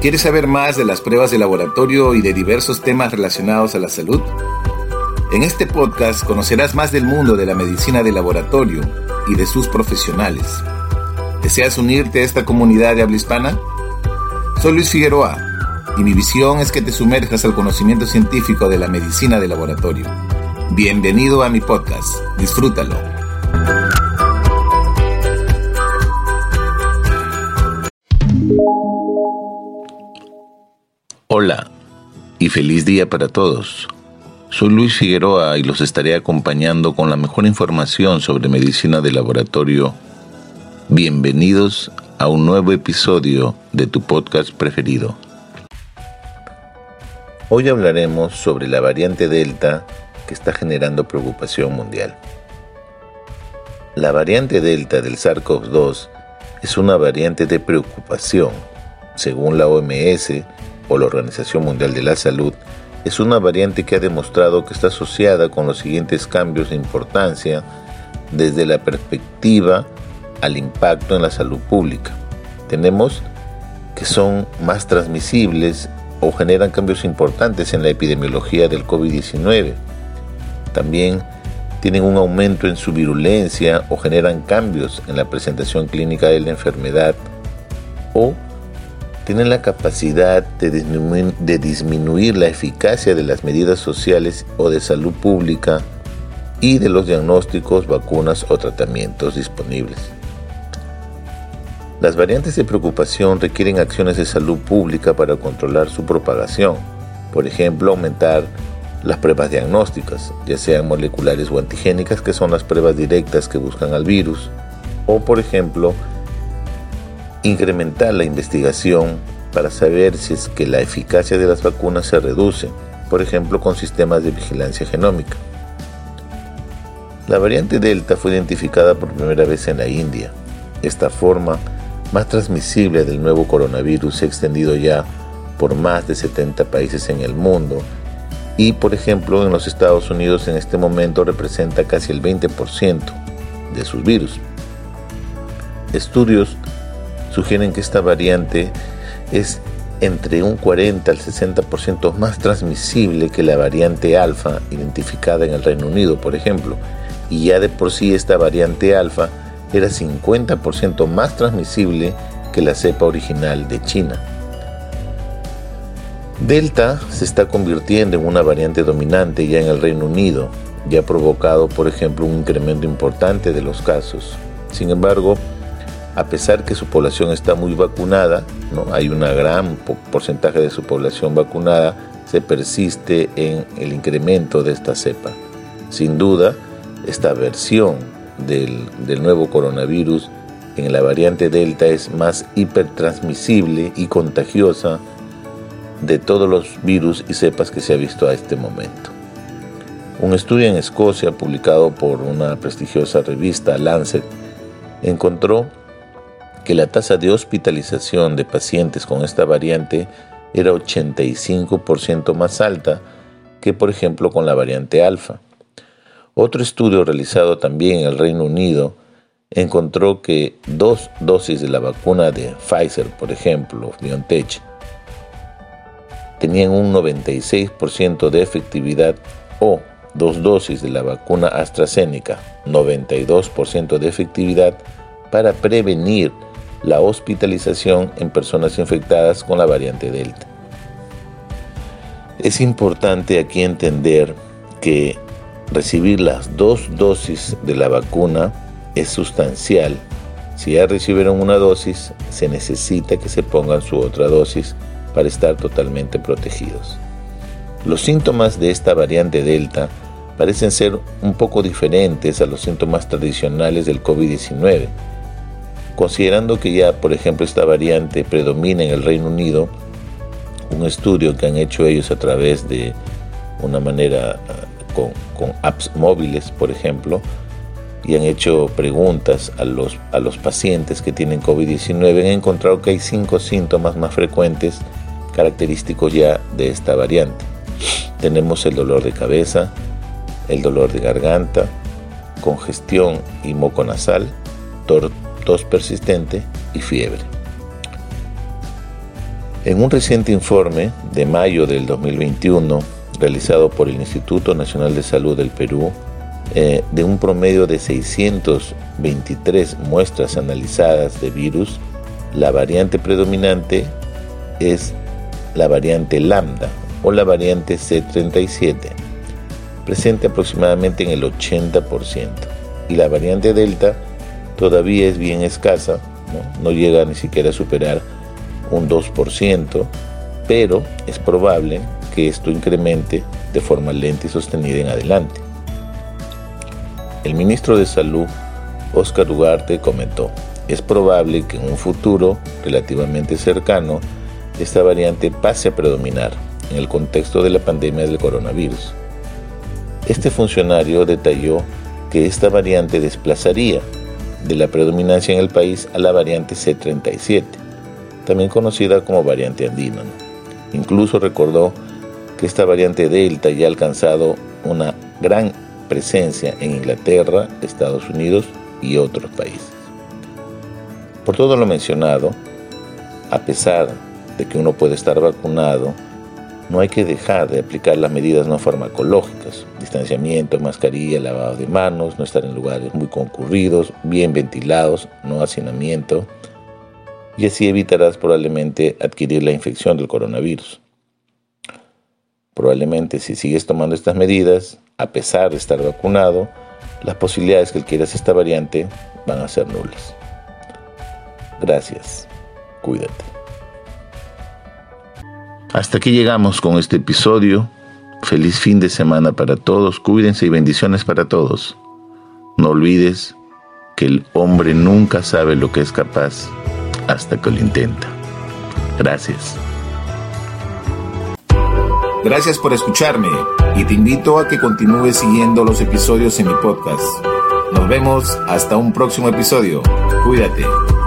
¿Quieres saber más de las pruebas de laboratorio y de diversos temas relacionados a la salud? En este podcast conocerás más del mundo de la medicina de laboratorio y de sus profesionales. ¿Deseas unirte a esta comunidad de habla hispana? Soy Luis Figueroa y mi visión es que te sumerjas al conocimiento científico de la medicina de laboratorio. Bienvenido a mi podcast. Disfrútalo. Hola y feliz día para todos. Soy Luis Figueroa y los estaré acompañando con la mejor información sobre medicina de laboratorio. Bienvenidos a un nuevo episodio de tu podcast preferido. Hoy hablaremos sobre la variante Delta que está generando preocupación mundial. La variante Delta del SARS-CoV-2 es una variante de preocupación. Según la OMS o la Organización Mundial de la Salud, es una variante que ha demostrado que está asociada con los siguientes cambios de importancia desde la perspectiva al impacto en la salud pública. Tenemos que son más transmisibles o generan cambios importantes en la epidemiología del COVID-19. También tienen un aumento en su virulencia o generan cambios en la presentación clínica de la enfermedad o tienen la capacidad de disminuir la eficacia de las medidas sociales o de salud pública y de los diagnósticos, vacunas o tratamientos disponibles. Las variantes de preocupación requieren acciones de salud pública para controlar su propagación. Por ejemplo, aumentar las pruebas diagnósticas, ya sean moleculares o antigénicas, que son las pruebas directas que buscan al virus, o por ejemplo, incrementar la investigación para saber si es que la eficacia de las vacunas se reduce, por ejemplo con sistemas de vigilancia genómica. La variante Delta fue identificada por primera vez en la India. Esta forma más transmisible del nuevo coronavirus se ha extendido ya por más de 70 países en el mundo y, por ejemplo, en los Estados Unidos en este momento representa casi el 20% de sus virus. Estudios sugieren que esta variante es entre un 40 al 60% más transmisible que la variante alfa identificada en el Reino Unido, por ejemplo, y ya de por sí esta variante alfa era 50% más transmisible que la cepa original de China. Delta se está convirtiendo en una variante dominante ya en el Reino Unido, ya ha provocado, por ejemplo, un incremento importante de los casos. Sin embargo, a pesar que su población está muy vacunada, ¿no? Hay un gran porcentaje de su población vacunada, se persiste en el incremento de esta cepa. Sin duda, esta versión del nuevo coronavirus en la variante Delta es más hipertransmisible y contagiosa de todos los virus y cepas que se ha visto a este momento. Un estudio en Escocia publicado por una prestigiosa revista Lancet encontró que la tasa de hospitalización de pacientes con esta variante era 85% más alta que, por ejemplo, con la variante alfa. Otro estudio realizado también en el Reino Unido encontró que 2 dosis de la vacuna de Pfizer, por ejemplo, BioNTech, tenían un 96% de efectividad o 2 dosis de la vacuna AstraZeneca, 92% de efectividad para prevenir la hospitalización en personas infectadas con la variante Delta. Es importante aquí entender que recibir las 2 dosis de la vacuna es sustancial. Si ya recibieron una dosis, se necesita que se pongan su otra dosis para estar totalmente protegidos. Los síntomas de esta variante Delta parecen ser un poco diferentes a los síntomas tradicionales del COVID-19. Considerando que ya, por ejemplo, esta variante predomina en el Reino Unido, un estudio que han hecho ellos a través de una manera con apps móviles, por ejemplo, y han hecho preguntas a los pacientes que tienen COVID-19, han encontrado que hay 5 síntomas más frecuentes característicos ya de esta variante. Tenemos el dolor de cabeza, el dolor de garganta, congestión y moco nasal, tos persistente y fiebre. En un reciente informe de mayo del 2021, realizado por el Instituto Nacional de Salud del Perú, de un promedio de 623 muestras analizadas de virus, la variante predominante es la variante Lambda o la variante C37, presente aproximadamente en el 80%, y la variante Delta todavía es bien escasa, no llega ni siquiera a superar un 2%, pero es probable que esto incremente de forma lenta y sostenida en adelante. El ministro de Salud, Óscar Ugarte, comentó: es probable que en un futuro relativamente cercano esta variante pase a predominar en el contexto de la pandemia del coronavirus. Este funcionario detalló que esta variante desplazaría de la predominancia en el país a la variante C37, también conocida como variante andina. Incluso recordó que esta variante Delta ya ha alcanzado una gran presencia en Inglaterra, Estados Unidos y otros países. Por todo lo mencionado, a pesar de que uno puede estar vacunado, no hay que dejar de aplicar las medidas no farmacológicas: distanciamiento, mascarilla, lavado de manos, no estar en lugares muy concurridos, bien ventilados, no hacinamiento, y así evitarás probablemente adquirir la infección del coronavirus. Probablemente si sigues tomando estas medidas, a pesar de estar vacunado, las posibilidades que adquieras esta variante van a ser nulas. Gracias. Cuídate. Hasta aquí llegamos con este episodio. Feliz fin de semana para todos. Cuídense y bendiciones para todos. No olvides que el hombre nunca sabe lo que es capaz hasta que lo intenta. Gracias. Gracias por escucharme y te invito a que continúes siguiendo los episodios en mi podcast. Nos vemos hasta un próximo episodio. Cuídate.